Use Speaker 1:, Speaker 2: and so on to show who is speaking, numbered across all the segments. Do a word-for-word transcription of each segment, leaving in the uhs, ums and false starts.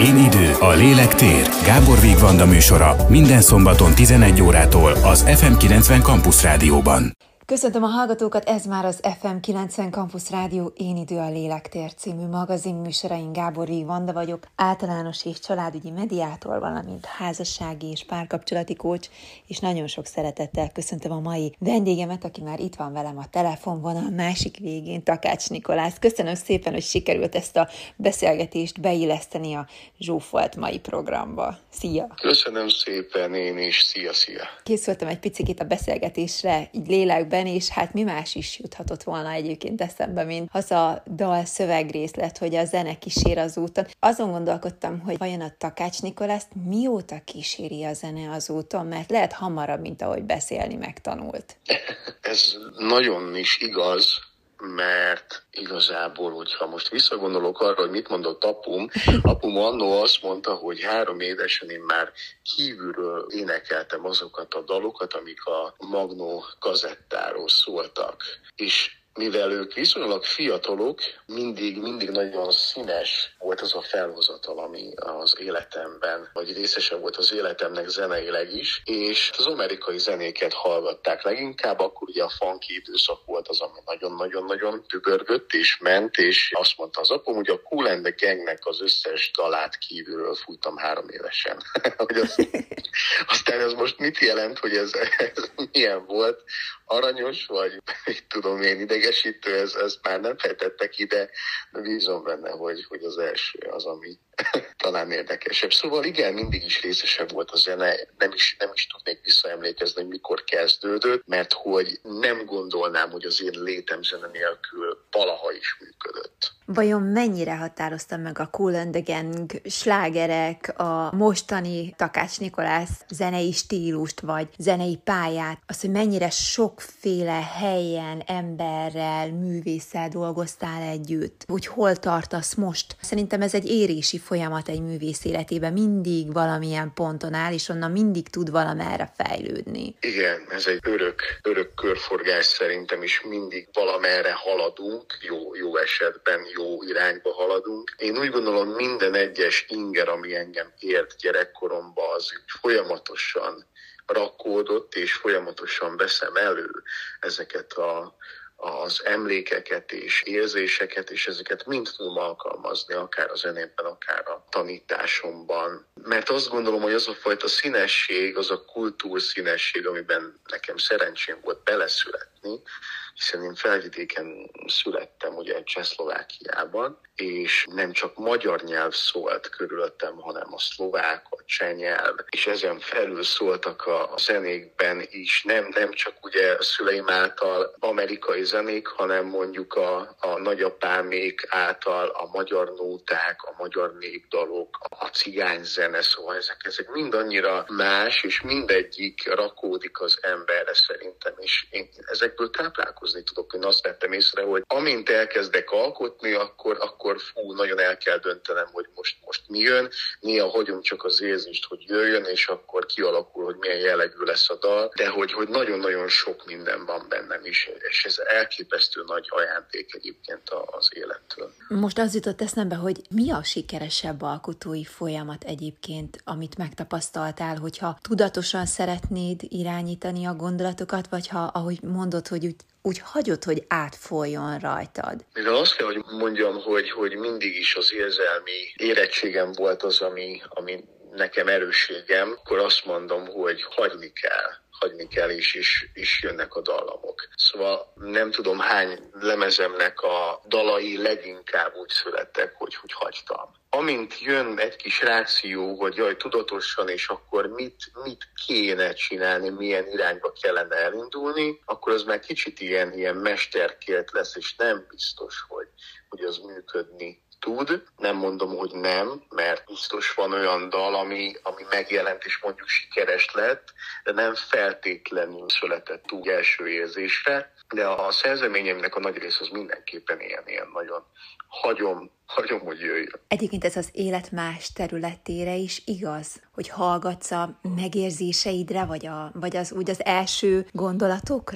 Speaker 1: Én idő, a lélek tér. Gábor Víg Vanda műsora minden szombaton tizenegy órától az ef em kilencven Campus Rádióban.
Speaker 2: Köszöntöm a hallgatókat, ez már az ef em kilencven Campus Rádió Én idő, a lélek tér című magazin műsorain. Gábor Víg Vanda vagyok, általános és családügyi mediátor, valamint házassági és párkapcsolati coach, és nagyon sok szeretettel köszöntöm a mai vendégemet, aki már itt van velem a telefonvonal másik végén, Takács Nikolász. Köszönöm szépen, hogy sikerült ezt a beszélgetést beilleszteni a zsúfolt mai programba. Szia!
Speaker 3: Köszönöm szépen én is, szia, szia!
Speaker 2: Készültem egy picit a beszélgetésre, így lélekben, és hát mi más is juthatott volna egyébként eszembe, mint az a dal szövegrészlet, hogy a zene kísér az úton. Azon gondolkodtam, hogy vajon a Takács Nikolászt mióta kíséri a zene az úton, mert lehet hamarabb, mint ahogy beszélni megtanult.
Speaker 3: Ez nagyon is igaz, mert igazából, hogyha most visszagondolok arra, hogy mit mondott apum, apum annó azt mondta, hogy három évesen én már kívülről énekeltem azokat a dalokat, amik a Magnó kazettáról szóltak. És mivel ők viszonylag fiatalok, mindig, mindig nagyon színes volt az a felhozatal, ami az életemben, vagy részese volt az életemnek zeneileg is, és az amerikai zenéket hallgatták leginkább, akkor ugye a funky időszak volt az, ami nagyon-nagyon-nagyon tübörgött és ment, és azt mondta az apum, hogy a Kool and the Gangnek az összes dalát kívülről fújtam három évesen. Aztán ez most mit jelent, hogy ez, ez milyen volt? Aranyos, vagy mit tudom én, idegesítő, ez, ez már nem fejtette ki, de bízom benne, hogy, hogy az első az, ami talán érdekesebb. Szóval igen, mindig is részesebb volt a zene, nem is, nem is tudnék visszaemlékezni, hogy mikor kezdődött, mert hogy nem gondolnám, hogy az én létem zene nélkül valaha is működött.
Speaker 2: Vajon mennyire határozta meg a Kool and the Gang slágerek a mostani Takács Nikolász zenei stílust, vagy zenei pályát, az, hogy mennyire sokféle helyen, emberrel, művésszel dolgoztál együtt, hogy hol tartasz most? Szerintem ez egy érési folyamat egy művész életében, mindig valamilyen ponton áll, és onnan mindig tud valamerre fejlődni.
Speaker 3: Igen, ez egy örök, örök körforgás szerintem, és mindig valamerre haladunk, jó, jó esetben, jó irányba haladunk. Én úgy gondolom, minden egyes inger, ami engem ért gyerekkoromban, az folyamatosan rakódott, és folyamatosan veszem elő ezeket a az emlékeket és érzéseket, és ezeket mind tudom alkalmazni, akár a zenében, akár a tanításomban. Mert azt gondolom, hogy az a fajta színesség, az a kultúrszínesség, amiben nekem szerencsém volt beleszületni, hiszen én Felvidéken születtem, ugye Csehszlovákiában, és nem csak magyar nyelv szólt körülöttem, hanem a szlovák, a cseh nyelv, és ezen felül szóltak a zenékben is, nem, nem csak ugye a szüleim által amerikai zenék, hanem mondjuk a, a nagyapámék által a magyar nóták, a magyar népdalok, a cigányzene, szóval ezek, ezek mind annyira más, és mindegyik rakódik az emberre szerintem, és én ezekből táplálkozni tudok. Én azt vettem észre, hogy amint elkezdek alkotni, akkor, akkor fú, nagyon el kell döntenem, hogy most, most mi jön. Néha hagyom csak az érzést, hogy jöjjön, és akkor kialakul, hogy milyen jellegű lesz a dal, de hogy, hogy nagyon-nagyon sok minden van bennem is, és ez elképesztő nagy ajándék egyébként az élettől.
Speaker 2: Most az jutott eszembe, hogy mi a sikeresebb alkotói folyamat egyébként, amit megtapasztaltál, hogyha tudatosan szeretnéd irányítani a gondolatokat, vagy ha, ahogy mondod, hogy úgy úgy hagyod, hogy átfoljon rajtad?
Speaker 3: Mivel azt kell, hogy mondjam, hogy, hogy mindig is az érzelmi érettségem volt az, ami, ami nekem erősségem, akkor azt mondom, hogy hagyni kell. hagyni kell, és, és, és jönnek a dallamok. Szóval nem tudom, hány lemezemnek a dalai leginkább úgy születtek, hogy, hogy hagytam. Amint jön egy kis ráció, hogy jaj, tudatosan, és akkor mit, mit kéne csinálni, milyen irányba kellene elindulni, akkor az már kicsit ilyen, ilyen mesterkélt lesz, és nem biztos, hogy, hogy az működni tud. Nem mondom, hogy nem, mert biztos van olyan dal, ami, ami megjelent és mondjuk sikeres lett, de nem feltétlenül született úgy első érzésre. De a szerzeményemnek a nagy rész az mindenképpen ilyen, ilyen nagyon hagyom, hagyom, hogy jöjjön.
Speaker 2: Egyébként ez az élet más területére is igaz, hogy hallgatsz a megérzéseidre, vagy, a, vagy az úgy az első gondolatokra?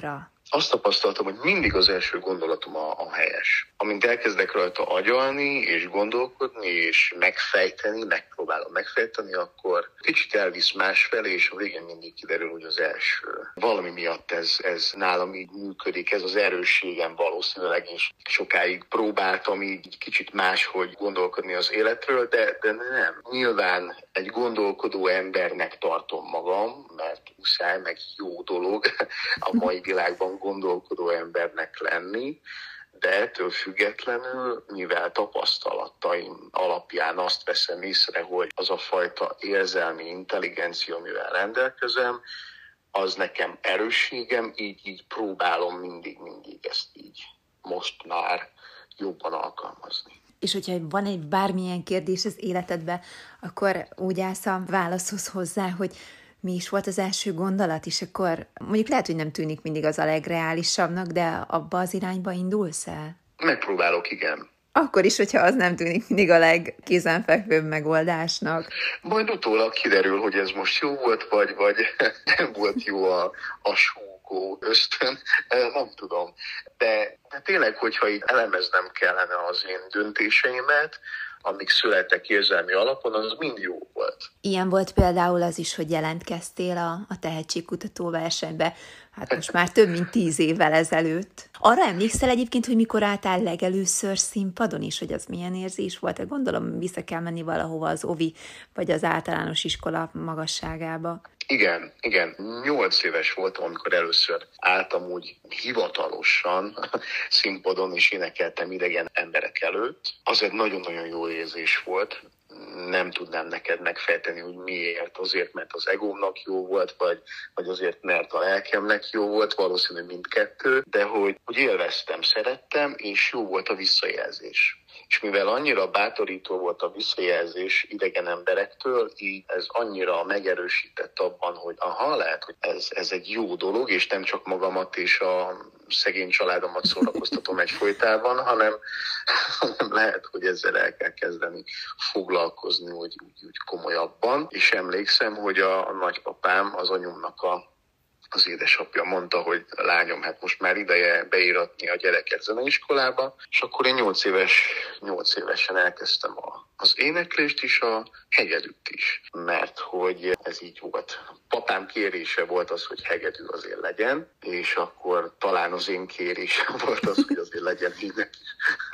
Speaker 3: azt tapasztaltam, hogy mindig az első gondolatom a, a helyes. Amint elkezdek rajta agyalni, és gondolkodni, és megfejteni, megpróbálom megfejteni, akkor kicsit elvisz másfelé, és a végén mindig kiderül, hogy az első. Valami miatt ez, ez nálam így működik, ez az erősségem valószínűleg, és sokáig próbáltam így kicsit máshogy gondolkodni az életről, de, de nem. Nyilván egy gondolkodó embernek tartom magam, mert muszáj, meg jó dolog a mai világban gondolkodó embernek lenni, de ettől függetlenül, mivel tapasztalataim alapján azt veszem észre, hogy az a fajta érzelmi intelligencia, mivel rendelkezem, az nekem erősségem, így, így próbálom mindig-mindig ezt így most már jobban alkalmazni.
Speaker 2: És hogyha van egy bármilyen kérdés az életedben, akkor úgy állsz a válaszhoz hozzá, hogy mi is volt az első gondolat, és akkor mondjuk lehet, hogy nem tűnik mindig az a legreálisabbnak, de abba az irányba indulsz el?
Speaker 3: Megpróbálok, igen.
Speaker 2: Akkor is, hogyha az nem tűnik mindig a legkézenfekvőbb megoldásnak.
Speaker 3: Majd utólag kiderül, hogy ez most jó volt, vagy, vagy nem volt jó a, a súgó ösztön, nem tudom. De, de tényleg, hogyha így elemeznem kellene az én döntéseimet, amik születtek érzelmi alapon, az mind jó volt.
Speaker 2: Ilyen volt például az is, hogy jelentkeztél a, a tehetségkutató versenybe, hát most már több mint tíz évvel ezelőtt. Arra emlékszel egyébként, hogy mikor álltál legelőször színpadon is, hogy az milyen érzés volt? Gondolom, vissza kell menni valahova az ovi, vagy az általános iskola magasságába.
Speaker 3: Igen, igen. Nyolc éves voltam, amikor először álltam úgy hivatalosan színpadon, és énekeltem idegen emberek előtt. Az egy nagyon-nagyon jó érzés volt. Nem tudnám neked megfejteni, hogy miért. Azért, mert az egómnak jó volt, vagy, vagy azért, mert a lelkemnek jó volt, valószínű mindkettő, de hogy, hogy élveztem, szerettem, és jó volt a visszajelzés. És mivel annyira bátorító volt a visszajelzés idegen emberektől, így ez annyira megerősített abban, hogy aha, lehet, hogy ez, ez egy jó dolog, és nem csak magamat és a szegény családomat szórakoztatom egyfolytában, hanem, hanem lehet, hogy ezzel el kell kezdeni foglalkozni úgy, úgy, úgy komolyabban. És emlékszem, hogy a, a nagypapám, az anyumnak a az édesapja mondta, hogy lányom, hát most már ideje beíratni a gyereket zeneiskolába, és akkor én nyolc éves, nyolc évesen elkezdtem a, az éneklést is, a hegedűt is, mert hogy ez így volt. Papám kérése volt az, hogy hegedű azért legyen, és akkor talán az én kérésem volt az, hogy azért legyen ének is.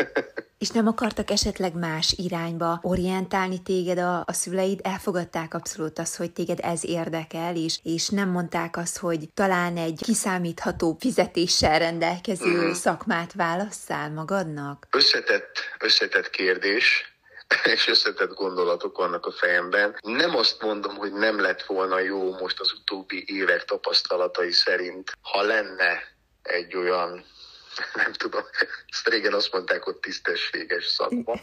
Speaker 2: És nem akartak esetleg más irányba orientálni téged a, a szüleid? Elfogadták abszolút azt, hogy téged ez érdekel, és, és nem mondták azt, hogy talán egy kiszámítható fizetéssel rendelkező mm. szakmát válasszál magadnak?
Speaker 3: Összetett, összetett kérdés, és összetett gondolatok vannak a fejemben. Nem azt mondom, hogy nem lett volna jó most az utóbbi évek tapasztalatai szerint, ha lenne egy olyan, nem tudom, ezt régen azt mondták, hogy tisztességes szakma.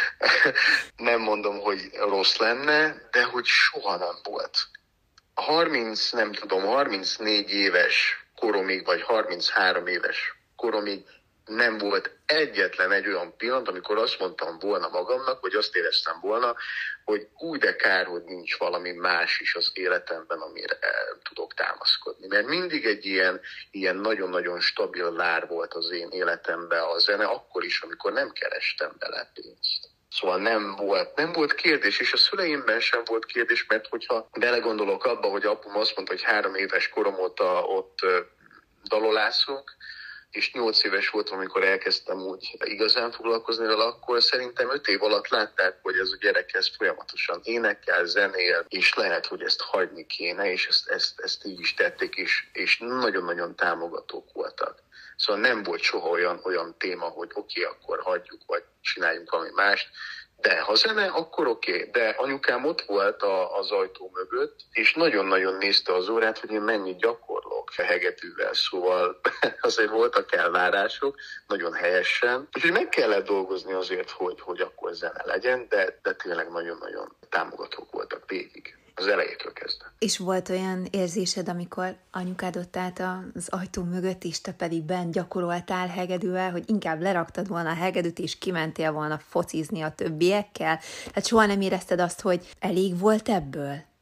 Speaker 3: Nem mondom, hogy rossz lenne, de hogy soha nem volt. harminc, nem tudom, harmincnégy éves koromig, vagy harminchárom éves koromig nem volt egyetlen egy olyan pillanat, amikor azt mondtam volna magamnak, vagy azt éreztem volna, hogy úgy de kár, hogy nincs valami más is az életemben, amire tudok támaszkodni. Mert mindig egy ilyen, ilyen nagyon-nagyon stabil lár volt az én életemben a zene, akkor is, amikor nem kerestem bele pénzt. Szóval nem volt, nem volt kérdés, és a szüleimben sem volt kérdés, mert hogyha belegondolok abba, hogy apum azt mondta, hogy három éves korom óta ott dalolászunk, és nyolc éves voltam, amikor elkezdtem úgy igazán foglalkozni vele, akkor szerintem öt év alatt látták, hogy ez a gyerek ez folyamatosan énekel, zenél, és lehet, hogy ezt hagyni kéne, és ezt, ezt, ezt így is tették, és, és nagyon-nagyon támogatók voltak. Szóval nem volt soha olyan, olyan téma, hogy oké, okay, akkor hagyjuk, vagy csináljunk valami mást, de ha zene, akkor oké. Okay. De anyukám ott volt a, az ajtó mögött, és nagyon-nagyon nézte az órát, hogy én mennyit gyakorlok hegedűvel. Szóval azért voltak elvárások, nagyon helyesen. Úgyhogy meg kellett dolgozni azért, hogy, hogy akkor zene legyen, de, de tényleg nagyon-nagyon támogatók voltak végig. Az elejétől kezdve.
Speaker 2: És volt olyan érzésed, amikor anyukád ott állt az ajtó mögött, és te pedig bent gyakoroltál hegedűvel, hogy inkább leraktad volna a hegedűt, és kimentél volna focizni a többiekkel? Tehát soha nem érezted azt, hogy elég volt ebből?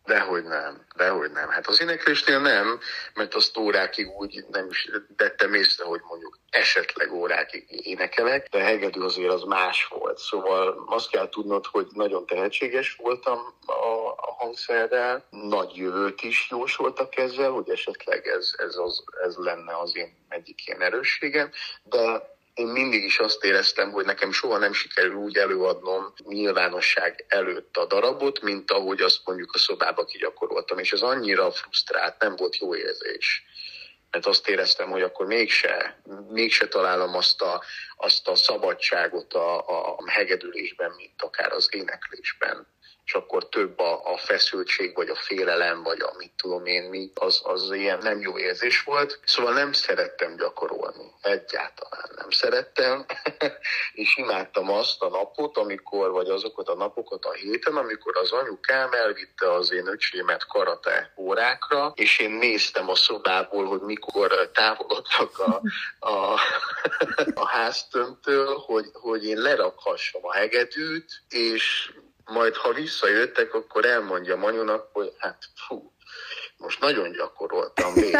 Speaker 3: Dehogy nem, dehogy nem. Hát az éneklésnél nem, mert azt órákig úgy nem is tettem észre, hogy mondjuk esetleg órákig énekelek, de hegedű azért az más volt. Szóval azt kell tudnod, hogy nagyon tehetséges voltam a, a hangszerrel, nagy jövőt is jósoltak ezzel, hogy esetleg ez, ez, az, ez lenne az én egyik ilyen erősségem, de én mindig is azt éreztem, hogy nekem soha nem sikerül úgy előadnom nyilvánosság előtt a darabot, mint ahogy azt mondjuk a szobába kigyakoroltam. És ez annyira frusztrált, nem volt jó érzés. Mert azt éreztem, hogy akkor mégse, mégse találom azt a, azt a szabadságot a, a hegedülésben, mint akár az éneklésben. És akkor több a, a feszültség, vagy a félelem, vagy a mit tudom én mi, az, az ilyen nem jó érzés volt. Szóval nem szerettem gyakorolni. Egyáltalán nem szerettem. És imádtam azt a napot, amikor, vagy azokat a napokat a héten, amikor az anyukám elvitte az én öcsémet karate órákra, és én néztem a szobából, hogy mikor távolodtak a, a, a háztömtől, hogy, hogy én lerakhassam a hegedűt, és majd ha visszajöttek, akkor elmondjam anyunak, hogy hát fú, most nagyon gyakoroltam végig.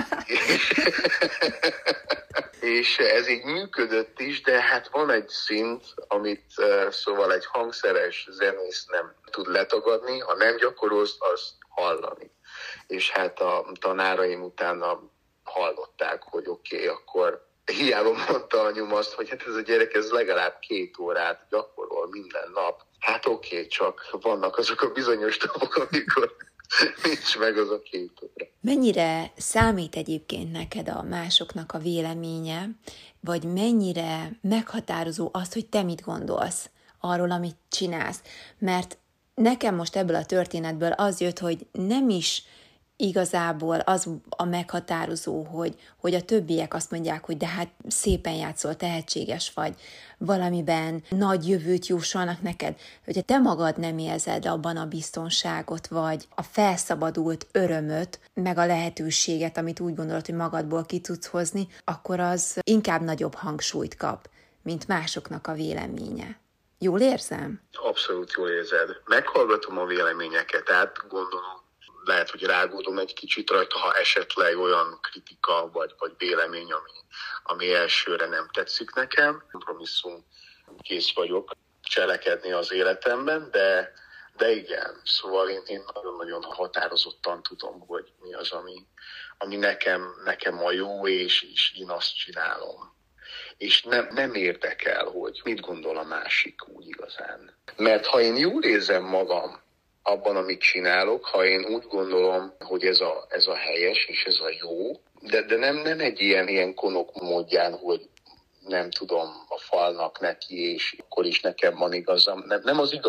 Speaker 3: És ez így működött is, de hát van egy szint, amit szóval egy hangszeres zenész nem tud letagadni, ha nem gyakorolsz, azt hallani. És hát a tanáraim utána hallották, hogy oké, okay, akkor hiába mondta anyum azt, hogy hát ez a gyerek ez legalább két órát gyakorol minden nap. Hát oké, okay, csak vannak azok a bizonyos napok, amikor nincs meg az a két óra.
Speaker 2: Mennyire számít egyébként neked a másoknak a véleménye, vagy mennyire meghatározó az, hogy te mit gondolsz arról, amit csinálsz? Mert nekem most ebből a történetből az jött, hogy nem is igazából az a meghatározó, hogy, hogy a többiek azt mondják, hogy de hát szépen játszol, tehetséges vagy, valamiben nagy jövőt jósolnak neked, hogyha te magad nem érzed abban a biztonságot, vagy a felszabadult örömöt, meg a lehetőséget, amit úgy gondolod, hogy magadból ki tudsz hozni, akkor az inkább nagyobb hangsúlyt kap, mint másoknak a véleménye. Jól érzem?
Speaker 3: Abszolút jól érzed. Meghallgatom a véleményeket, át gondolom, lehet, hogy rágódom egy kicsit rajta, ha esetleg olyan kritika vagy, vagy vélemény, ami, ami elsőre nem tetszik nekem. Kompromisszum, kész vagyok cselekedni az életemben, de, de igen, szóval én, én nagyon-nagyon határozottan tudom, hogy mi az, ami, ami nekem, nekem a jó, és, és én azt csinálom. És nem, nem érdekel, hogy mit gondol a másik úgy igazán. Mert ha én jól érzem magam abban, amit csinálok, ha én úgy gondolom, hogy ez a, ez a helyes és ez a jó, de, de nem, nem egy ilyen, ilyen konok módján, hogy nem tudom, a falnak neki, és akkor is nekem van igazam. Nem, nem az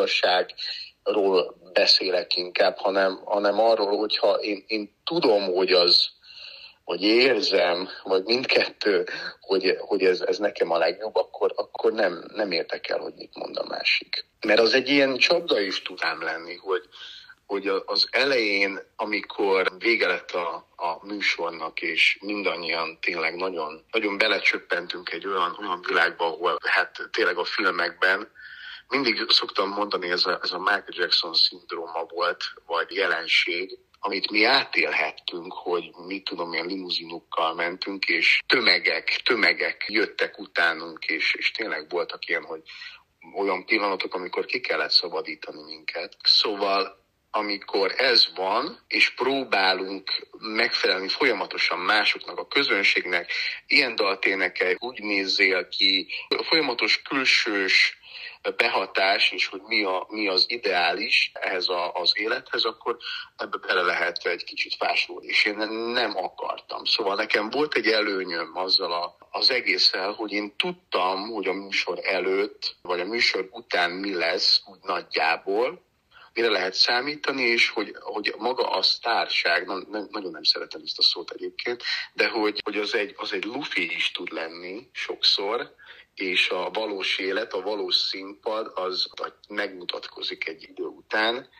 Speaker 3: igazságról beszélek inkább, hanem, hanem arról, hogyha én, én tudom, hogy az, vagy érzem, vagy mindkettő, hogy, hogy ez, ez nekem a legjobb, akkor, akkor nem, nem érdekel, hogy mit mond a másik. Mert az egy ilyen csapda is tudám lenni, hogy, hogy az elején, amikor vége lett a, a műsornak, és mindannyian tényleg nagyon, nagyon belecsöppentünk egy olyan, olyan világba, ahol hát tényleg a filmekben, mindig szoktam mondani, ez a, ez a Michael Jackson szindróma volt, vagy jelenség, amit mi átélhettünk, hogy mit tudom, ilyen limuzinokkal mentünk, és tömegek, tömegek jöttek utánunk, és, és tényleg voltak ilyen, hogy olyan pillanatok, amikor ki kellett szabadítani minket. Szóval amikor ez van, és próbálunk megfelelni folyamatosan másoknak, a közönségnek, ilyen dalt énekelj, úgy nézzél ki, folyamatos külsős behatás, és hogy mi, a, mi az ideális ehhez a, az élethez, akkor ebbe bele lehet egy kicsit fásulni. És én nem akartam. Szóval nekem volt egy előnyöm azzal a, az egésszel, hogy én tudtam, hogy a műsor előtt, vagy a műsor után mi lesz, úgy nagyjából, mire lehet számítani, és hogy, hogy maga a sztárság, na, nem, nagyon nem szeretem ezt a szót egyébként, de hogy, hogy az, egy, az egy lufi is tud lenni sokszor, és a valós élet, a valós színpad az megmutatkozik egy idő után,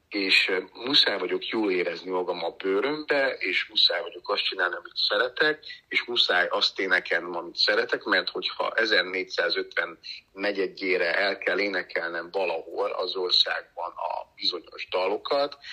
Speaker 3: és muszáj vagyok jól érezni magam a bőrömbe, és muszáj vagyok azt csinálni, amit szeretek, és muszáj azt énekelnem, amit szeretek, mert hogyha ezernégyszázötven negyedjére el kell énekelnem valahol az országban a bizonyos dalokat,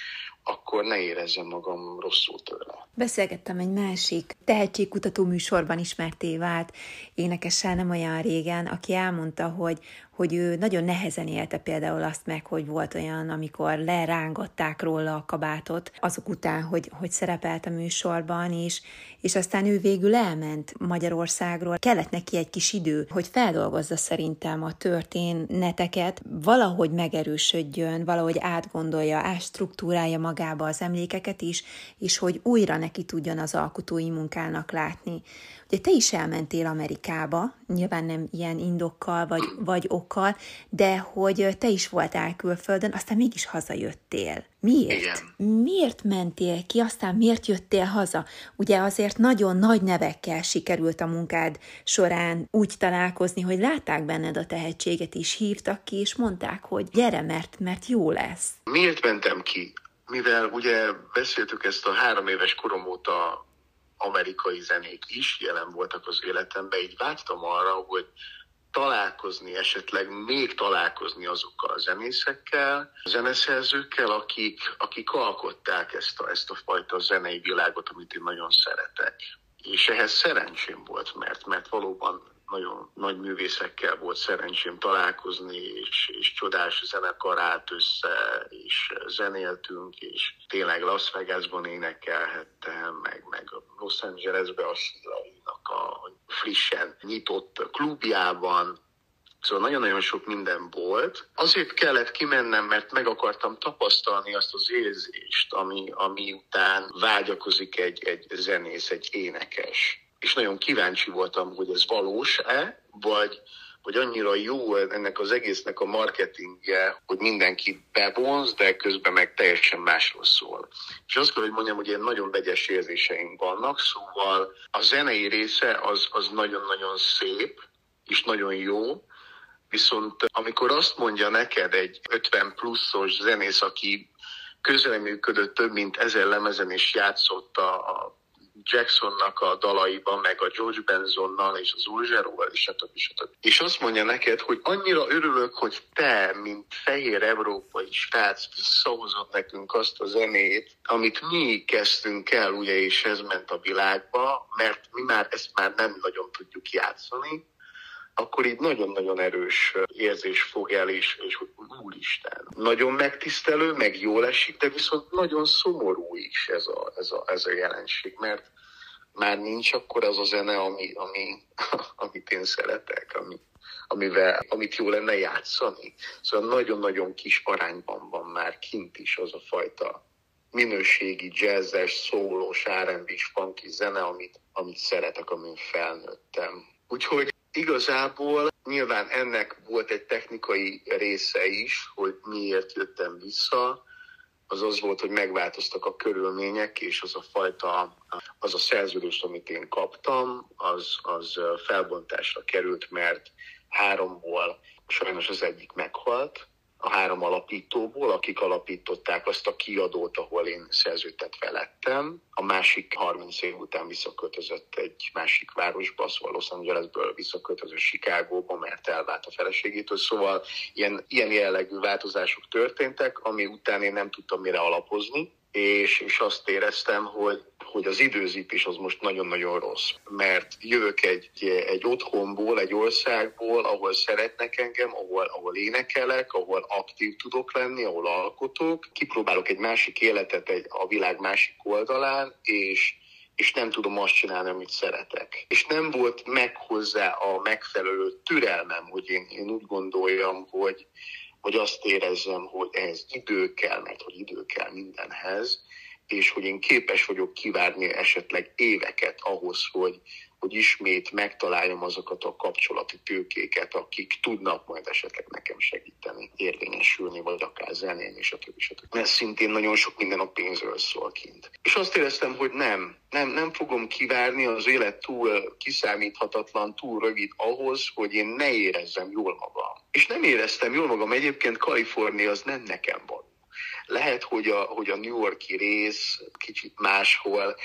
Speaker 3: akkor ne érezzem magam rosszul tőle.
Speaker 2: Beszélgettem egy másik tehetségkutató műsorban ismertté vált énekessel nem olyan régen, aki elmondta, hogy, hogy ő nagyon nehezen élte például azt meg, hogy volt olyan, amikor lerángatták róla a kabátot azok után, hogy, hogy szerepelt a műsorban, és, és aztán ő végül elment Magyarországról. Kellett neki egy kis idő, hogy feldolgozza szerintem a történeteket, valahogy megerősödjön, valahogy átgondolja, átstruktúrálja magába az emlékeket is, és hogy újra neki tudjon az alkotói munkának látni. Ugye te is elmentél Amerikába, nyilván nem ilyen indokkal vagy, vagy okkal, de hogy te is voltál külföldön, aztán mégis hazajöttél. Miért?
Speaker 3: Igen.
Speaker 2: Miért mentél ki, aztán miért jöttél haza? Ugye azért nagyon nagy nevekkel sikerült a munkád során úgy találkozni, hogy látták benned a tehetséget is, hívtak ki, és mondták, hogy gyere, mert, mert jó lesz.
Speaker 3: Miért mentem ki? Mivel ugye beszéltük ezt a három éves korom óta amerikai zenék is jelen voltak az életemben, így vágytam arra, hogy találkozni, esetleg még találkozni azokkal a zenészekkel, a zeneszerzőkkel, akik, akik alkották ezt a, ezt a fajta zenei világot, amit én nagyon szeretek. És ehhez szerencsém volt, mert, mert valóban nagyon nagy művészekkel volt szerencsém találkozni, és, és csodás zenekar állt össze, és zenéltünk, és tényleg Las Vegasban énekelhettem, meg, meg Los Angelesbe a Szilainak a frissen nyitott klubjában. Szóval nagyon-nagyon sok minden volt. Azért kellett kimennem, mert meg akartam tapasztalni azt az érzést, ami, ami után vágyakozik egy, egy zenész, egy énekes. És nagyon kíváncsi voltam, hogy ez valós-e, vagy, vagy annyira jó ennek az egésznek a marketingje, hogy mindenki bevonz, de közben meg teljesen másról szól. És azt kell, hogy mondjam, hogy ilyen nagyon vegyes érzéseim vannak, szóval a zenei része az, az nagyon-nagyon szép, és nagyon jó, viszont amikor azt mondja neked egy ötven pluszos zenész, aki közreműködött több mint ezer lemezen és játszott a Jacksonnak a dalaiban, meg a George Benzonnal és az Ulgeróval, és stb. stb. És azt mondja neked, hogy annyira örülök, hogy te, mint fehér európai srác, visszahozod nekünk azt a zenét, amit mi kezdtünk el, ugye, és ez ment a világba, mert mi már ezt már nem nagyon tudjuk játszani, akkor így nagyon-nagyon erős érzés fog el, és, és hogy úristen. Nagyon megtisztelő, meg jól esik, de viszont nagyon szomorú is ez a, ez a, ez a jelenség, mert már nincs akkor az a zene, ami, ami, amit én szeretek, ami, amivel, amit jó lenne játszani. Szóval nagyon-nagyon kis arányban van már kint is az a fajta minőségi, jazzes, szólós, er end bé-s, funky zene, amit, amit szeretek, amin felnőttem. Úgyhogy igazából nyilván ennek volt egy technikai része is, hogy miért jöttem vissza. Az az volt, hogy megváltoztak a körülmények, és az a fajta, az a szerződést, amit én kaptam, az, az felbontásra került, mert háromból sajnos az egyik meghalt, a három alapítóból, akik alapították azt a kiadót, ahol én szerződtetve lettem. A másik harminc év után visszaköltözött egy másik városba, szóval Los Angelesből visszaköltözött Chicagóba, mert elvált a feleségétől. Szóval ilyen, ilyen jellegű változások történtek, ami után én nem tudtam mire alapozni, és, és azt éreztem, hogy, hogy az időzítés az most nagyon-nagyon rossz. Mert jövök egy, egy otthonból, egy országból, ahol szeretnek engem, ahol, ahol énekelek, ahol aktív tudok lenni, ahol alkotok. Kipróbálok egy másik életet egy, a világ másik oldalán, és, és nem tudom azt csinálni, amit szeretek. És nem volt meg hozzá a megfelelő türelmem, hogy én, én úgy gondoljam, hogy hogy azt érezzem, hogy ehhez idő kell, mert hogy idő kell mindenhez, és hogy én képes vagyok kivárni esetleg éveket ahhoz, hogy, hogy ismét megtaláljam azokat a kapcsolati tőkéket, akik tudnak majd esetleg nekem segíteni, érvényesülni, vagy akár zenén, és a többi, stb. Mert szintén nagyon sok minden a pénzről szól kint. És azt éreztem, hogy nem, nem, nem fogom kivárni, az élet túl kiszámíthatatlan, túl rövid ahhoz, hogy én ne érezzem jól magam. És nem éreztem jól magam, egyébként Kalifornia az nem nekem van. Lehet, hogy a, hogy a New York-i rész kicsit máshol,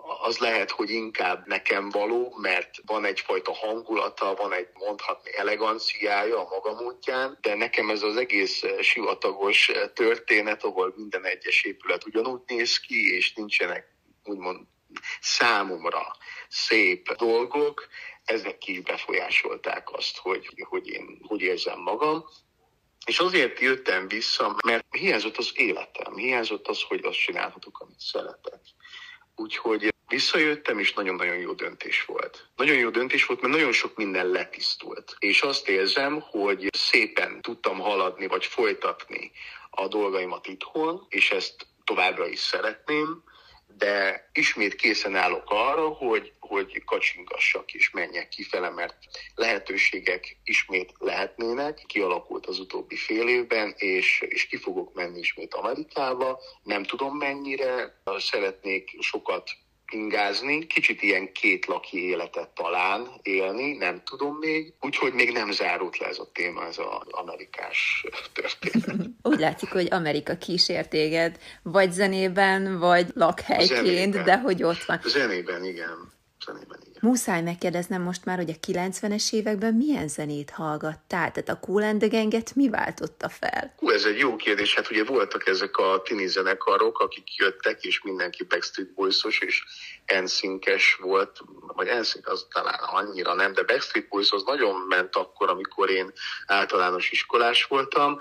Speaker 3: az lehet, hogy inkább nekem való, mert van egyfajta hangulata, van egy mondhatni eleganciája a maga módján, de nekem ez az egész sivatagos történet, ahol minden egyes épület ugyanúgy néz ki, és nincsenek úgymond számomra szép dolgok, ezek ki befolyásolták azt, hogy, hogy én hogy érzem magam. És azért jöttem vissza, mert hiányzott az életem, hiányzott az, hogy azt csinálhatok, amit szeretek. Úgyhogy visszajöttem, és nagyon-nagyon jó döntés volt. Nagyon jó döntés volt, mert nagyon sok minden letisztult. És azt érzem, hogy szépen tudtam haladni, vagy folytatni a dolgaimat itthon, és ezt továbbra is szeretném, de ismét készen állok arra, hogy, hogy kacsingassak és menjek kifele, mert lehetőségek ismét lehetnének. Kialakult az utóbbi fél évben, és, és ki fogok menni ismét Amerikába. Nem tudom mennyire, szeretnék sokat ingázni, kicsit ilyen két laki életet talán élni, nem tudom még. Úgyhogy még nem zárult le ez a téma, ez az amerikás történet.
Speaker 2: Úgy látszik, hogy Amerika kísért téged, vagy zenében, vagy lakhelyként, zenében. De hogy ott van.
Speaker 3: Zenében, igen. Zenében, igen.
Speaker 2: Muszáj megkérdeznem most már, hogy a kilencvenes években milyen zenét hallgattál? Tehát a Kool and the Ganget mi váltotta fel?
Speaker 3: Hú, ez egy jó kérdés. Hát ugye voltak ezek a tini zenekarok, akik jöttek, és mindenki Backstreet Boys-os, és en sync-es volt, vagy en sync az talán annyira nem, de Backstreet Boys az nagyon ment akkor, amikor én általános iskolás voltam.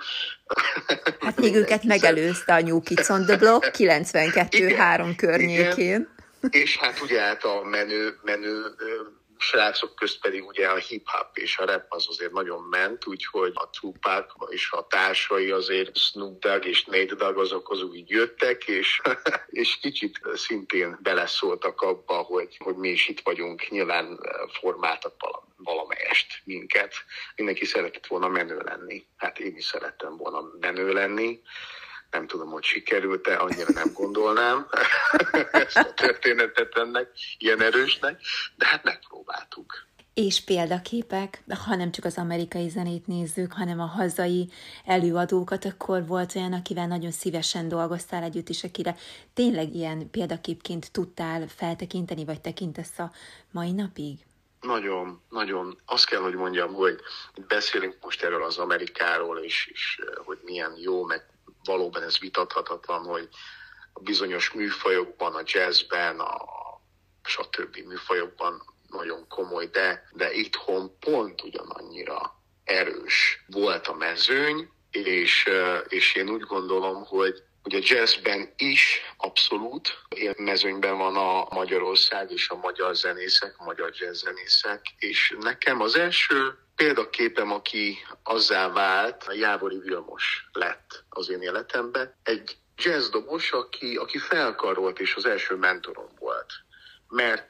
Speaker 2: Hát még őket megelőzte a New Kids on the Block kilencvenkettő három környékén. Igen.
Speaker 3: És hát ugye hát a menő, menő srácok közt pedig ugye a hip-hop és a rap az azért nagyon ment, úgyhogy a Tupac és a társai azért Snoop Dogg és Nate Dogg azok azok így jöttek, és, és kicsit szintén beleszóltak abba, hogy, hogy mi is itt vagyunk, nyilván formáltak valamelyest minket. Mindenki szeretett volna menő lenni. Hát én is szerettem volna menő lenni. Nem tudom, hogy sikerült-e, annyira nem gondolnám ezt a történetet ennek, ilyen erősnek, de hát megpróbáltuk.
Speaker 2: És példaképek, ha nem csak az amerikai zenét nézzük, hanem a hazai előadókat, akkor volt olyan, akivel nagyon szívesen dolgoztál együtt is, akire tényleg ilyen példaképként tudtál feltekinteni, vagy tekintesz a mai napig?
Speaker 3: Nagyon, nagyon. Azt kell, hogy mondjam, hogy beszélünk most erről az Amerikáról, és, és hogy milyen jó, meg valóban ez vitathatatlan, hogy a bizonyos műfajokban, a jazzben, a stb. Műfajokban nagyon komoly, de, de itthon pont ugyanannyira erős volt a mezőny, és, és én úgy gondolom, hogy, hogy a jazzben is abszolút ilyen mezőnyben van a Magyarország és a magyar zenészek, a magyar jazzzenészek, és nekem az első példaképem, aki azzá vált, a Jávori Vilmos lett az én életemben. Egy jazzdobos, aki, aki felkarolt, és az első mentorom volt. Mert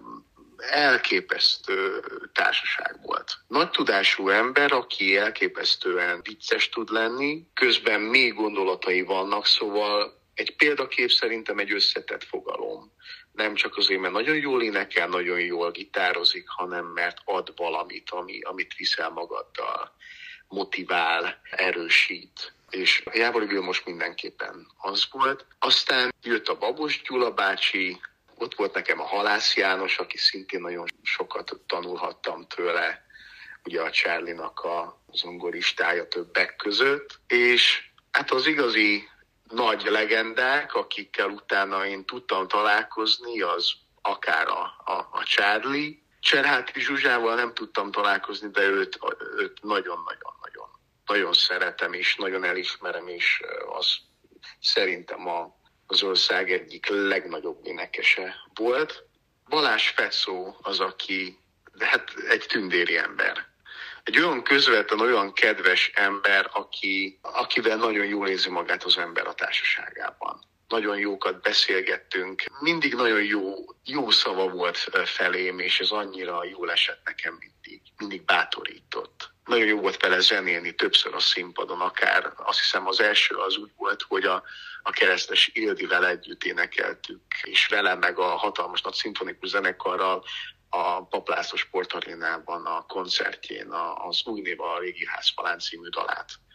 Speaker 3: elképesztő társaság volt. Nagy tudású ember, aki elképesztően vicces tud lenni, közben mély gondolatai vannak, szóval egy példakép szerintem egy összetett fogalom. Nem csak azért, mert nagyon jól énekel, nagyon jól gitározik, hanem mert ad valamit, ami, amit viszel magaddal, motivál, erősít. És a Jávori Vilmos mindenképpen az volt. Aztán jött a Babos Gyula bácsi, ott volt nekem a Halász János, aki szintén nagyon sokat tanulhattam tőle, ugye a Charlie-nak a zongoristája többek között. És hát az igazi nagy legendák, akikkel utána én tudtam találkozni, az akár a, a, a Charlie. Cserháti Zsuzsával nem tudtam találkozni, de őt, őt nagyon-nagyon-nagyon nagyon szeretem, és nagyon elismerem, és az szerintem a, az ország egyik legnagyobb énekese volt. Balázs Fecó az, aki de hát egy tündéri ember. Egy olyan közvetlen, olyan kedves ember, aki, akivel nagyon jól érzi magát az ember a társaságában. Nagyon jókat beszélgettünk, mindig nagyon jó, jó szava volt felém, és ez annyira jól esett nekem mindig, mindig bátorított. Nagyon jó volt vele zenélni többször a színpadon, akár azt hiszem az első az úgy volt, hogy a, a Keresztes Ildivel együtt énekeltük, és vele meg a hatalmas nagy szimfonikus zenekarral a Paplászló Sportarénában a koncertjén az Új név a régi házfalán című dalát.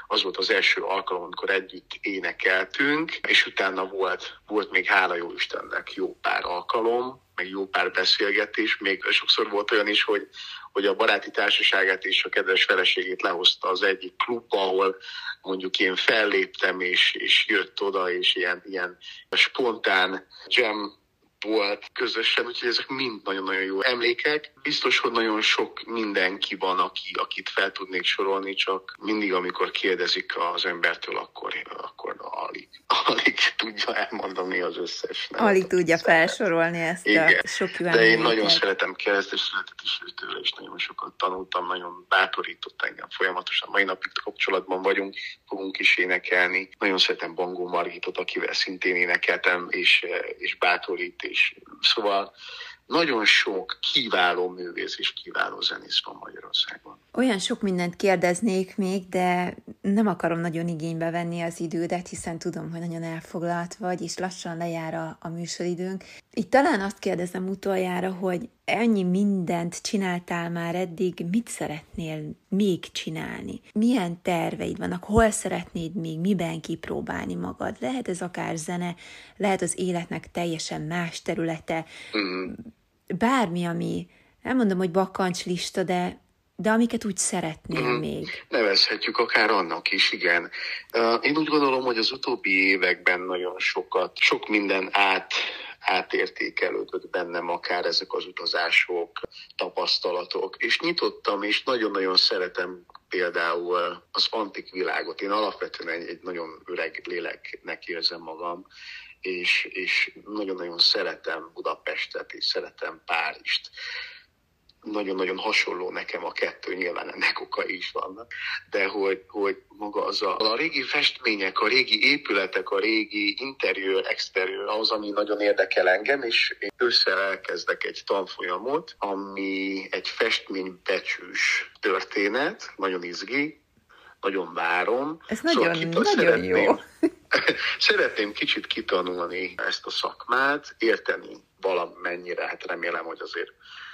Speaker 3: az volt az első alkalom, amikor együtt énekeltünk, és utána volt, volt még hála jó Istennek jó pár alkalom, meg jó pár beszélgetés, még sokszor volt olyan is, hogy, hogy a baráti társaságát és a kedves feleségét lehozta az egyik klubba, ahol mondjuk én felléptem, és, és jött oda, és ilyen, ilyen spontán jam volt közösen, úgyhogy ezek mind nagyon-nagyon jó emlékek. Biztos, hogy nagyon sok mindenki van, aki, akit fel tudnék sorolni, csak mindig, amikor kérdezik az embertől, akkor, akkor alig, alig tudja elmondani az összes.
Speaker 2: Alig tudja felsorolni ezt
Speaker 3: Igen.
Speaker 2: a sok jó
Speaker 3: emléket. De én nagyon szeretem keresztesületet is tőle, és nagyon sokat tanultam, nagyon bátorított engem folyamatosan. Mai napig kapcsolatban vagyunk, fogunk is énekelni. Nagyon szeretem Bangó Margitot, akivel szintén énekeltem, és, és bátorít. És szóval nagyon sok kiváló művész és kiváló zenész van Magyarországon.
Speaker 2: Olyan sok mindent kérdeznék még, de nem akarom nagyon igénybe venni az idődet, hiszen tudom, hogy nagyon elfoglalt vagy, és lassan lejár a, a műsoridőnk. Így talán azt kérdezem utoljára, hogy ennyi mindent csináltál már eddig, mit szeretnél még csinálni? Milyen terveid vannak? Hol szeretnéd még miben kipróbálni magad? Lehet ez akár zene, lehet az életnek teljesen más területe, mm. bármi, ami, nem mondom, hogy bakancslista, de, de amiket úgy szeretnél mm. még.
Speaker 3: Nevezhetjük akár annak is, igen. Én úgy gondolom, hogy az utóbbi években nagyon sokat, sok minden át átértékelődött bennem, akár ezek az utazások, tapasztalatok, és nyitottam, és nagyon-nagyon szeretem például az antik világot. Én alapvetően egy, egy nagyon öreg léleknek érzem magam, és, és nagyon-nagyon szeretem Budapestet, és szeretem Párizst. Nagyon-nagyon hasonló nekem a kettő, nyilván ennek okai is vannak, de hogy, hogy maga az a, a régi festmények, a régi épületek, a régi interiőr, exteriőr, az, ami nagyon érdekel engem, és én ősszel elkezdek egy tanfolyamot, ami egy festménybecsűs történet, nagyon izgi, nagyon várom.
Speaker 2: Ez szóval nagyon, nagyon szeretném, jó.
Speaker 3: Szeretném kicsit kitanulni ezt a szakmát, érteni valamennyire, hát remélem, hogy azért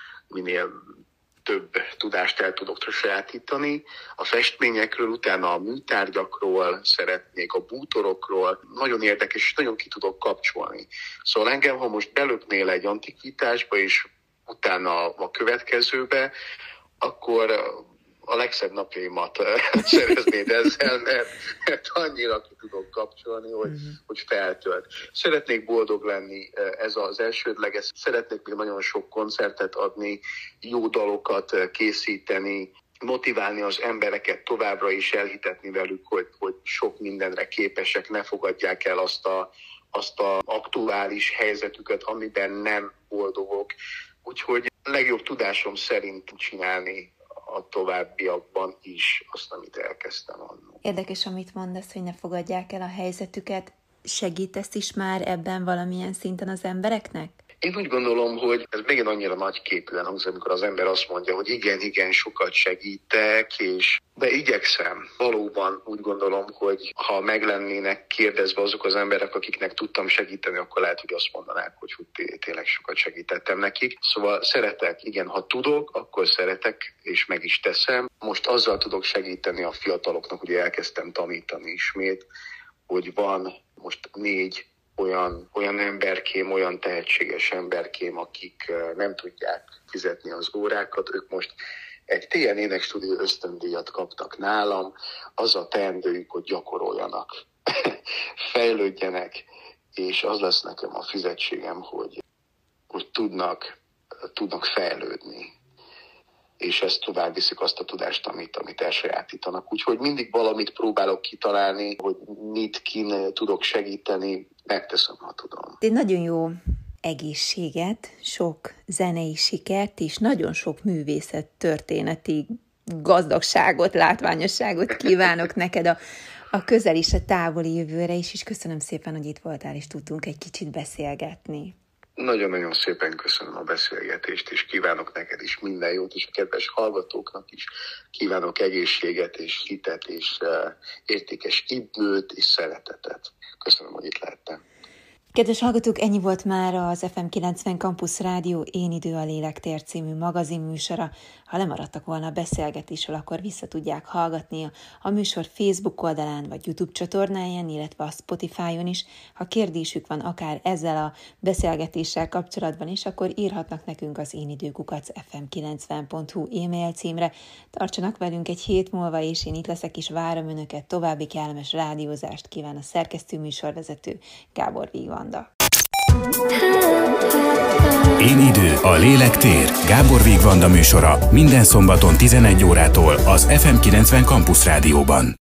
Speaker 3: minél több tudást el tudok sajátítani. A festményekről, utána a műtárgyakról szeretnék, a bútorokról. Nagyon érdekes, és nagyon ki tudok kapcsolni. Szóval engem, ha most belöknél egy antikvitásba, és utána a következőbe, akkor a legszebb napjaimat szereznéd ezzel, mert, mert annyira ki tudok kapcsolni, hogy, uh-huh. hogy feltölt. Szeretnék boldog lenni, ez az elsődleges. Szeretnék még nagyon sok koncertet adni, jó dalokat készíteni, motiválni az embereket továbbra is, elhitetni velük, hogy, hogy sok mindenre képesek, ne fogadják el azt a, azt a aktuális helyzetüket, amiben nem boldogok. Úgyhogy a legjobb tudásom szerint csinálni a továbbiakban is azt, amit elkezdtem annól.
Speaker 2: Érdekes, amit mondasz, hogy ne fogadják el a helyzetüket. Segítesz is már ebben valamilyen szinten az embereknek?
Speaker 3: Én úgy gondolom, hogy ez még annyira nagy képűen hangzik, amikor az ember azt mondja, hogy igen, igen, sokat segítek, és de igyekszem. Valóban úgy gondolom, hogy ha meglennének kérdezve azok az emberek, akiknek tudtam segíteni, akkor lehet, hogy azt mondanák, hogy hú, tényleg sokat segítettem nekik. Szóval szeretek, igen, ha tudok, akkor szeretek, és meg is teszem. Most azzal tudok segíteni a fiataloknak, hogy elkezdtem tanítani ismét, hogy van most négy olyan, olyan emberkém, olyan tehetséges emberkém, akik nem tudják fizetni az órákat, ők most egy té en énekstúdió ösztöndíjat kaptak nálam, az a teendőjük, hogy gyakoroljanak, fejlődjenek, és az lesz nekem a fizetségem, hogy, hogy tudnak, tudnak fejlődni, és ezt tovább viszik azt a tudást, amit, amit elsajátítanak. Úgyhogy mindig valamit próbálok kitalálni, hogy mit kin tudok segíteni, megteszem, ha tudom.
Speaker 2: Egy nagyon jó egészséget, sok zenei sikert, és nagyon sok művészet történeti gazdagságot, látványosságot kívánok neked a, a közel és a távoli jövőre is, és köszönöm szépen, hogy itt voltál, és tudtunk egy kicsit beszélgetni.
Speaker 3: Nagyon-nagyon szépen köszönöm a beszélgetést, és kívánok neked is minden jót, és a kedves hallgatóknak is kívánok egészséget, és hitet, és uh, értékes időt, és szeretetet. Köszönöm, hogy itt lehettem.
Speaker 2: Kedves hallgatók, ennyi volt már az ef em kilencven Campus Rádió Én idő a lélektér című magazinműsora. Ha lemaradtak volna a beszélgetésről, akkor vissza tudják hallgatni a műsor Facebook oldalán vagy YouTube csatornáján, illetve a Spotify-on is. Ha kérdésük van akár ezzel a beszélgetéssel kapcsolatban is, akkor írhatnak nekünk az énidőkukac ef em kilencven pont hu e-mail címre. Tartsanak velünk egy hét múlva, és én itt leszek és várom önöket. További kellemes rádiózást kíván a szerkesztő műsorvezető Gábor Vigvanda.
Speaker 1: Én idő, a lélektér. Gábor Vigvanda műsora minden szombaton tizenegy órától az ef em kilencven Campus Rádióban.